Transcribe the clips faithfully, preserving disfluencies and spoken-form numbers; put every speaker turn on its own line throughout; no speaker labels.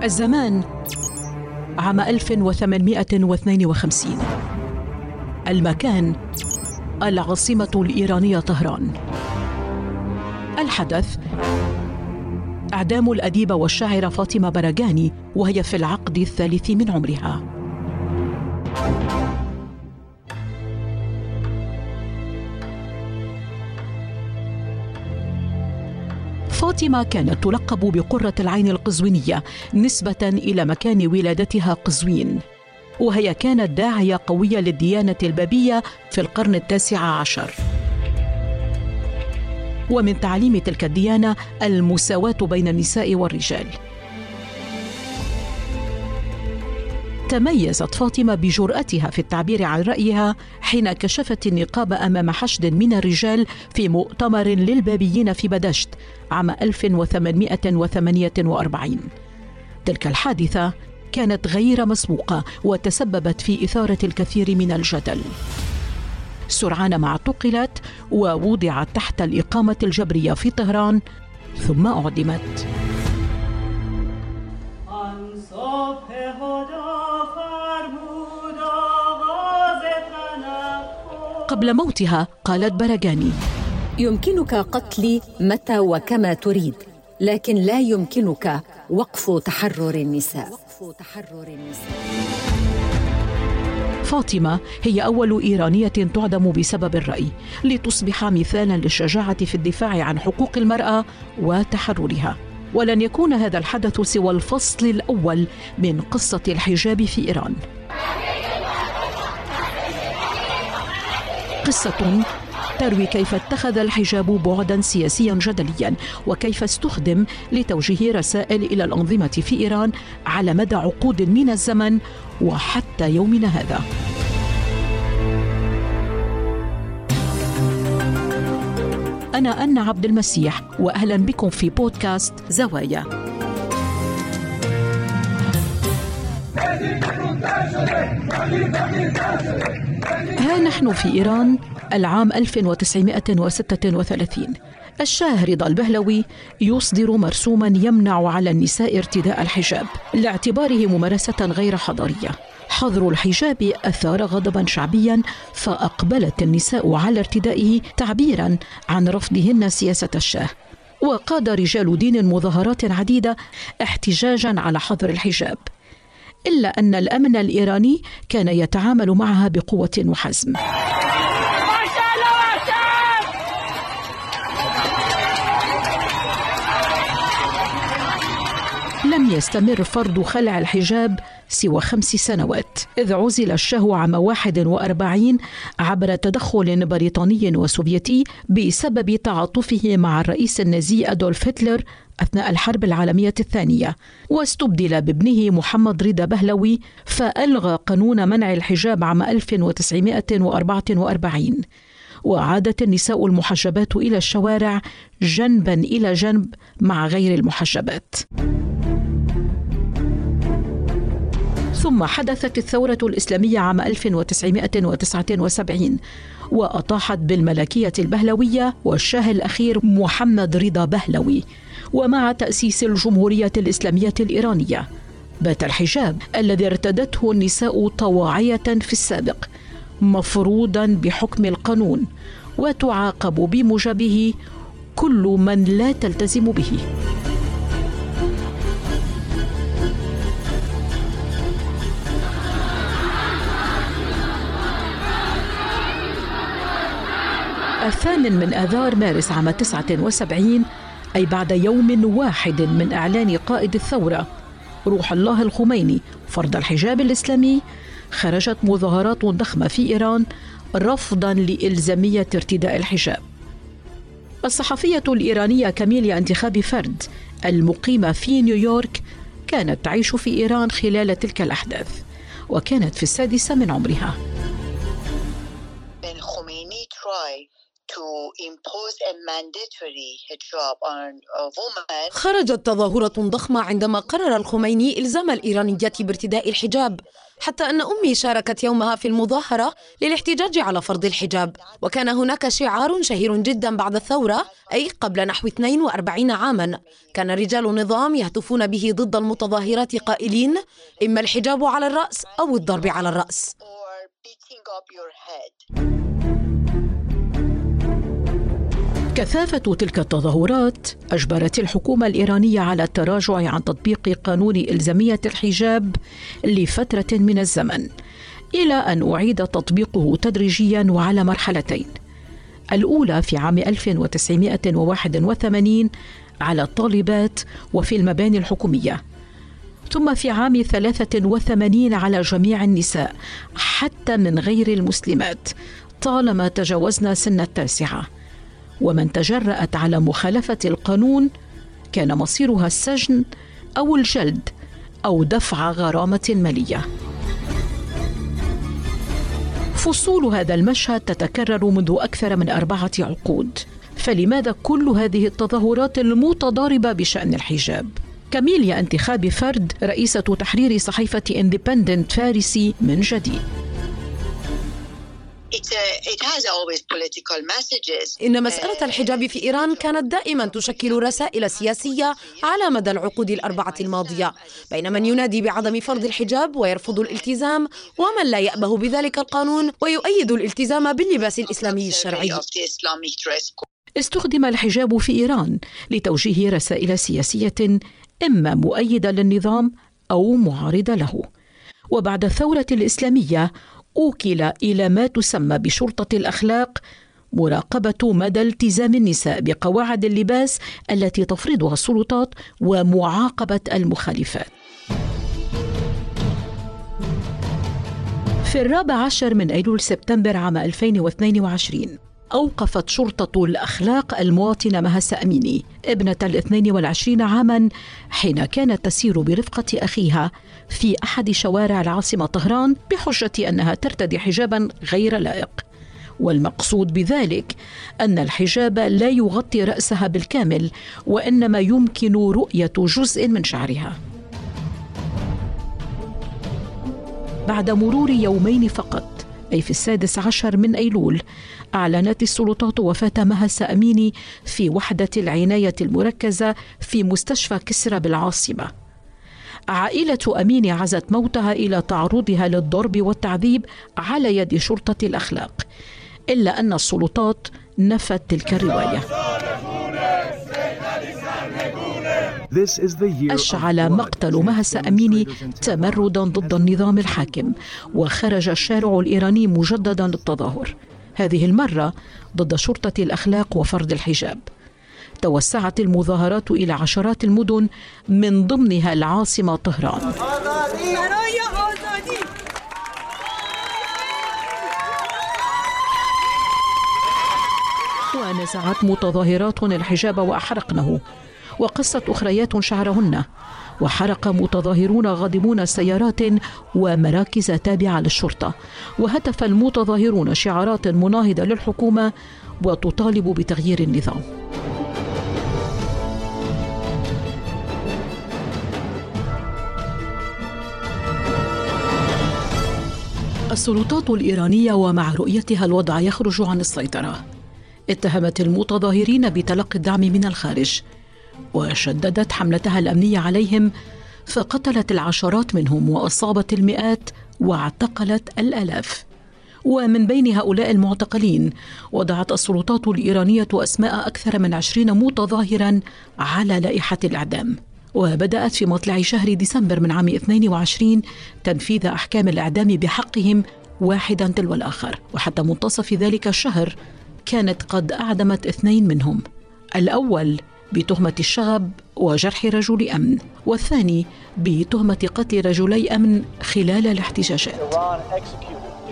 الزمان عام ألف وثمانمائة واثنين وخمسين. المكان العاصمة الإيرانية طهران. الحدث إعدام الأديبة والشاعرة فاطمة برغاني وهي في العقد الثالث من عمرها. فاطمة كانت تلقب بقرة العين القزوينية نسبة إلى مكان ولادتها قزوين، وهي كانت داعية قوية للديانة البابية في القرن التاسع عشر. ومن تعليم تلك الديانة المساواة بين النساء والرجال. تميزت فاطمة بجرأتها في التعبير عن رأيها حين كشفت النقاب أمام حشد من الرجال في مؤتمر للبابيين في بدشت عام ألف وثمانمائة وثمانية وأربعين. تلك الحادثة كانت غير مسبوقة وتسببت في إثارة الكثير من الجدل. سرعان ما اعتقلت ووضعت تحت الإقامة الجبرية في طهران ثم أعدمت. قبل موتها قالت برغاني:
يمكنك قتلي متى وكما تريد، لكن لا يمكنك وقف تحرر النساء.
فاطمة هي أول إيرانية تعدم بسبب الرأي، لتصبح مثالاً للشجاعة في الدفاع عن حقوق المرأة وتحررها. ولن يكون هذا الحدث سوى الفصل الأول من قصة الحجاب في إيران. قصة تروي كيف اتخذ الحجاب بعداً سياسياً جدلياً، وكيف استخدم لتوجيه رسائل إلى الأنظمة في إيران على مدى عقود من الزمن وحتى يومنا هذا. أنا أنا عبد المسيح، وأهلاً بكم في بودكاست زوايا. ها نحن في إيران العام ألف وتسعمائة وستة وثلاثين. الشاه رضا البهلوي يصدر مرسوما يمنع على النساء ارتداء الحجاب لاعتباره ممارسة غير حضارية. حظر الحجاب أثار غضبا شعبيا، فأقبلت النساء على ارتدائه تعبيرا عن رفضهن سياسة الشاه. وقاد رجال دين مظاهرات عديدة احتجاجا على حظر الحجاب، إلا أن الأمن الإيراني كان يتعامل معها بقوة وحزم. لم يستمر فرض خلع الحجاب سوى خمس سنوات، إذ عزل الشاه عام واحد وأربعين عبر تدخل بريطاني وسوفيتي بسبب تعاطفه مع الرئيس النازي أدولف هتلر أثناء الحرب العالمية الثانية، واستبدل بابنه محمد رضا بهلوي، فألغى قانون منع الحجاب عام ألف وتسعمائة وأربعة وأربعين. وعادت النساء المحجبات إلى الشوارع جنبا إلى جنب مع غير المحجبات. ثم حدثت الثورة الإسلامية عام ألف وتسعمائة وتسعة وسبعين، وأطاحت بالملكية البهلوية والشاه الأخير محمد رضا بهلوي. ومع تأسيس الجمهورية الإسلامية الإيرانية بات الحجاب الذي ارتدته النساء طواعية في السابق مفروضا بحكم القانون، وتعاقب بموجبه كل من لا تلتزم به. الثامن من آذار مارس عام تسعة وسبعين، أي بعد يوم واحد من إعلان قائد الثورة روح الله الخميني فرض الحجاب الإسلامي، خرجت مظاهرات ضخمة في إيران رفضاً لإلزامية ارتداء الحجاب. الصحفية الإيرانية كاميليا انتخابي فرد المقيمة في نيويورك كانت تعيش في إيران خلال تلك الأحداث، وكانت في السادسة من عمرها.
خرجت تظاهرة ضخمة عندما قرر الخميني إلزام الإيرانيات بارتداء الحجاب، حتى أن أمي شاركت يومها في المظاهرة للاحتجاج على فرض الحجاب. وكان هناك شعار شهير جدا بعد الثورة، أي قبل نحو اثنين وأربعين عاما، كان رجال النظام يهتفون به ضد المتظاهرات قائلين: إما الحجاب على الرأس أو الضرب على الرأس.
كثافة تلك التظاهرات أجبرت الحكومة الإيرانية على التراجع عن تطبيق قانون إلزامية الحجاب لفترة من الزمن، إلى أن أعيد تطبيقه تدريجيا وعلى مرحلتين: الأولى في عام ألف وتسعمائة وواحد وثمانين على الطالبات وفي المباني الحكومية، ثم في عام ثلاثة وثمانين على جميع النساء حتى من غير المسلمات طالما تجاوزنا سن التاسعة. ومن تجرأت على مخالفة القانون كان مصيرها السجن أو الجلد أو دفع غرامة مالية. فصول هذا المشهد تتكرر منذ أكثر من أربعة عقود، فلماذا كل هذه التظاهرات المتضاربة بشأن الحجاب؟ كاميليا انتخاب فرد رئيسة تحرير صحيفة إنديبندنت فارسي من جديد.
إن مسألة الحجاب في إيران كانت دائما تشكل رسائل سياسية على مدى العقود الأربعة الماضية، بين من ينادي بعدم فرض الحجاب ويرفض الالتزام، ومن لا يأبه بذلك القانون ويؤيد الالتزام باللباس الإسلامي الشرعي.
استخدم الحجاب في إيران لتوجيه رسائل سياسية إما مؤيدة للنظام أو معارضة له. وبعد الثورة الإسلامية أوكل إلى ما تسمى بشرطة الأخلاق مراقبة مدى التزام النساء بقواعد اللباس التي تفرضها السلطات ومعاقبة المخالفات. في الرابع عشر من أيلول سبتمبر عام ألفين واثنين وعشرين أوقفت شرطة الأخلاق المواطنة مهسا أميني ابنة الاثنين والعشرين عاما حين كانت تسير برفقة أخيها في أحد شوارع العاصمة طهران بحجة أنها ترتدي حجابا غير لائق، والمقصود بذلك أن الحجاب لا يغطي رأسها بالكامل وإنما يمكن رؤية جزء من شعرها. بعد مرور يومين فقط، أي في السادس عشر من أيلول، أعلنت السلطات وفاة مهسا أميني في وحدة العناية المركزة في مستشفى كسرى بالعاصمة. عائلة أميني عزت موتها إلى تعرضها للضرب والتعذيب على يد شرطة الأخلاق، إلا أن السلطات نفت تلك الرواية. أشعل مقتل مهسا أميني تمردا ضد النظام الحاكم، وخرج الشارع الإيراني مجددا للتظاهر، هذه المرة ضد شرطة الأخلاق وفرض الحجاب. توسعت المظاهرات إلى عشرات المدن من ضمنها العاصمة طهران. ونزعت متظاهرات الحجاب وأحرقنه، وقصت أخريات شعرهن، وحرق متظاهرون غاضبون سيارات ومراكز تابعة للشرطة، وهتف المتظاهرون شعارات مناهضة للحكومة وتطالب بتغيير النظام. السلطات الإيرانية ومع رؤيتها الوضع يخرج عن السيطرة اتهمت المتظاهرين بتلقي الدعم من الخارج، وشددت حملتها الأمنية عليهم، فقتلت العشرات منهم وأصابت المئات واعتقلت الآلاف. ومن بين هؤلاء المعتقلين وضعت السلطات الإيرانية أسماء أكثر من عشرين متظاهرا على لائحة الإعدام. وبدأت في مطلع شهر ديسمبر من عام اثنين وعشرين تنفيذ أحكام الإعدام بحقهم واحدا تلو الآخر، وحتى منتصف ذلك الشهر كانت قد أعدمت اثنين منهم، الأول بتهمة الشغب وجرح رجل أمن، والثاني بتهمة قتل رجلي أمن خلال الاحتجاجات.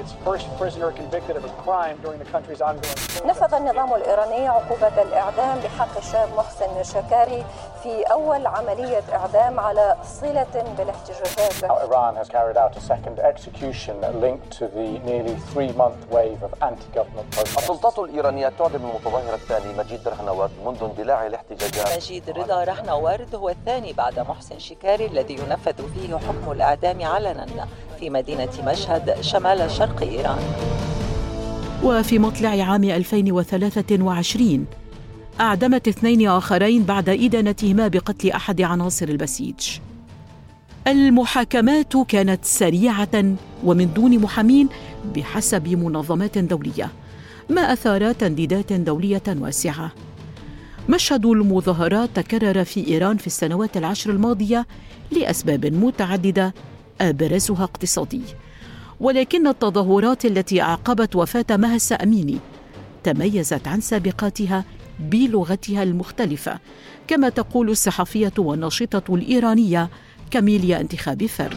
نفذ النظام الإيراني عقوبة الإعدام بحق الشاب محسن شكاري في أول عملية إعدام على صلة بالاحتجاجات.
Iran has carried out a second execution linked to the nearly three-month wave of anti-government protests.
السلطات الإيرانية تعدم المتظاهر الثاني مجيد رهنورد منذ اندلاع الاحتجاجات.
مجيد رضا رهنورد هو الثاني بعد محسن شكاري الذي ينفذ فيه حكم الإعدام علنا في مدينة مشهد شمال شرق إيران.
وفي مطلع عام ألفين وثلاثة وعشرين أعدمت اثنين آخرين بعد إدانتهما بقتل أحد عناصر البسيج. المحاكمات كانت سريعة ومن دون محامين بحسب منظمات دولية، ما أثار تنديدات دولية واسعة. مشهد المظاهرات تكرر في إيران في السنوات العشر الماضية لأسباب متعددة أبرزها اقتصادي، ولكن التظاهرات التي أعقبت وفاة مهسا أميني تميزت عن سابقاتها بلغتها المختلفة، كما تقول الصحفية والناشطة الإيرانية كاميليا انتخاب فرد.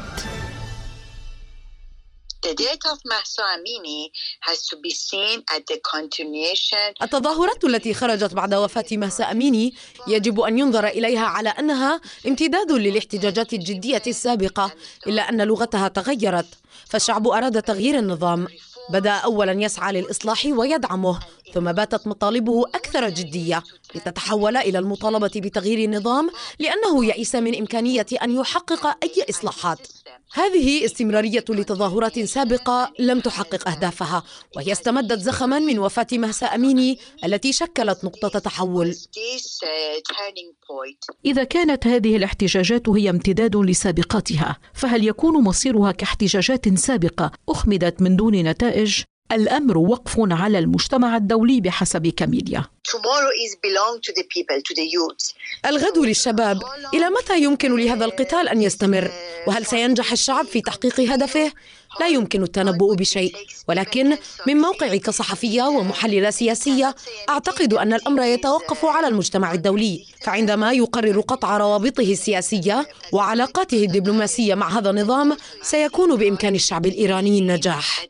التظاهرات التي خرجت بعد وفاة مهسا أميني يجب أن ينظر إليها على أنها امتداد للاحتجاجات الجدية السابقة، إلا أن لغتها تغيرت، فالشعب أراد تغيير النظام. بدأ أولاً يسعى للإصلاح ويدعمه، ثم باتت مطالبه أكثر جدية لتتحول إلى المطالبة بتغيير النظام، لأنه يئس من إمكانية أن يحقق أي إصلاحات. هذه استمرارية لتظاهرات سابقة لم تحقق أهدافها، وهي استمدت زخماً من وفاة مهسا أميني التي شكلت نقطة تحول.
إذا كانت هذه الاحتجاجات هي امتداد لسابقاتها، فهل يكون مصيرها كاحتجاجات سابقة أخمدت من دون نتائج؟ الأمر وقف على المجتمع الدولي بحسب كاميليا.
الغد للشباب. إلى متى يمكن لهذا القتال أن يستمر؟ وهل سينجح الشعب في تحقيق هدفه؟ لا يمكن التنبؤ بشيء، ولكن من موقعي كصحفية ومحللة سياسية أعتقد أن الأمر يتوقف على المجتمع الدولي، فعندما يقرر قطع روابطه السياسية وعلاقاته الدبلوماسية مع هذا النظام سيكون بإمكان الشعب الإيراني النجاح.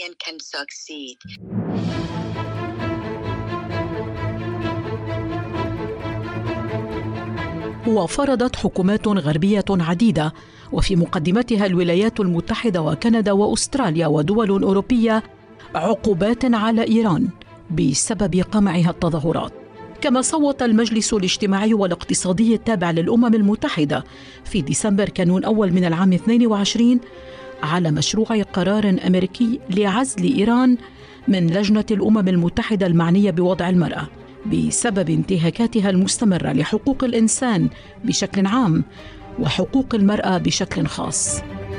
وفرضت حكومات غربية عديدة وفي مقدمتها الولايات المتحدة وكندا وأستراليا ودول أوروبية عقوبات على إيران بسبب قمعها التظاهرات. كما صوت المجلس الاجتماعي والاقتصادي التابع للأمم المتحدة في ديسمبر كانون أول من العام اثنين وعشرين على مشروع قرار أمريكي لعزل إيران من لجنة الأمم المتحدة المعنية بوضع المرأة بسبب انتهاكاتها المستمرة لحقوق الإنسان بشكل عام وحقوق المرأة بشكل خاص.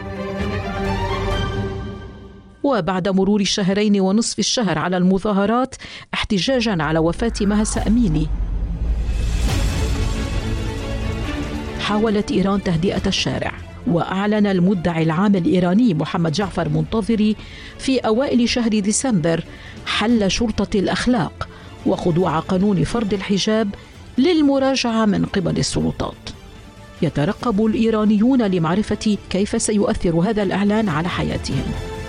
وبعد مرور شهرين ونصف الشهر على المظاهرات احتجاجاً على وفاة مهسا أميني، حاولت إيران تهدئة الشارع، وأعلن المدعي العام الإيراني محمد جعفر منتظري في أوائل شهر ديسمبر حل شرطة الأخلاق وخضوع قانون فرض الحجاب للمراجعة من قبل السلطات. يترقب الإيرانيون لمعرفة كيف سيؤثر هذا الإعلان على حياتهم.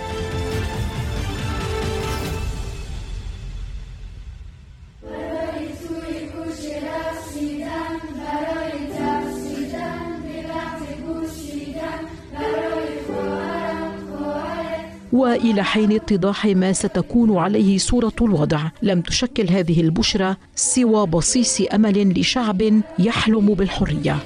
وإلى حين اتضاح ما ستكون عليه صورة الوضع، لم تشكل هذه البشرى سوى بصيص أمل لشعب يحلم بالحرية.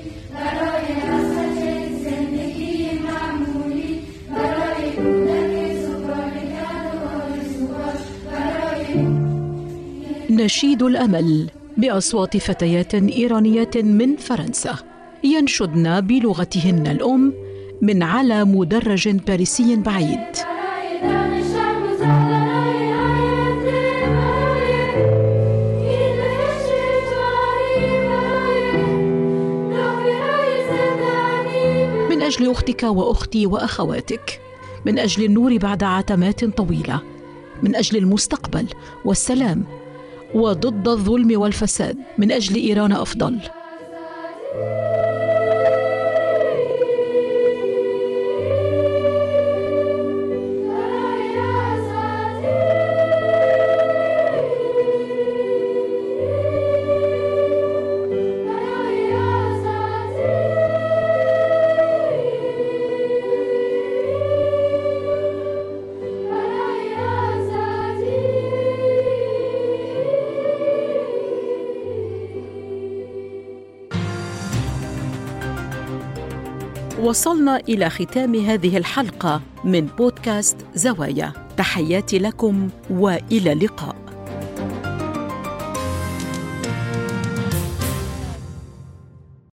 نشيد الأمل بأصوات فتيات إيرانيات من فرنسا ينشدن بلغتهن الأم من على مدرج باريسي بعيد. من أجل أختك وأختي وأخواتك، من أجل النور بعد عتمات طويلة، من أجل المستقبل والسلام وضد الظلم والفساد، من أجل إيران أفضل. وصلنا إلى ختام هذه الحلقة من بودكاست زوايا. تحياتي لكم وإلى اللقاء.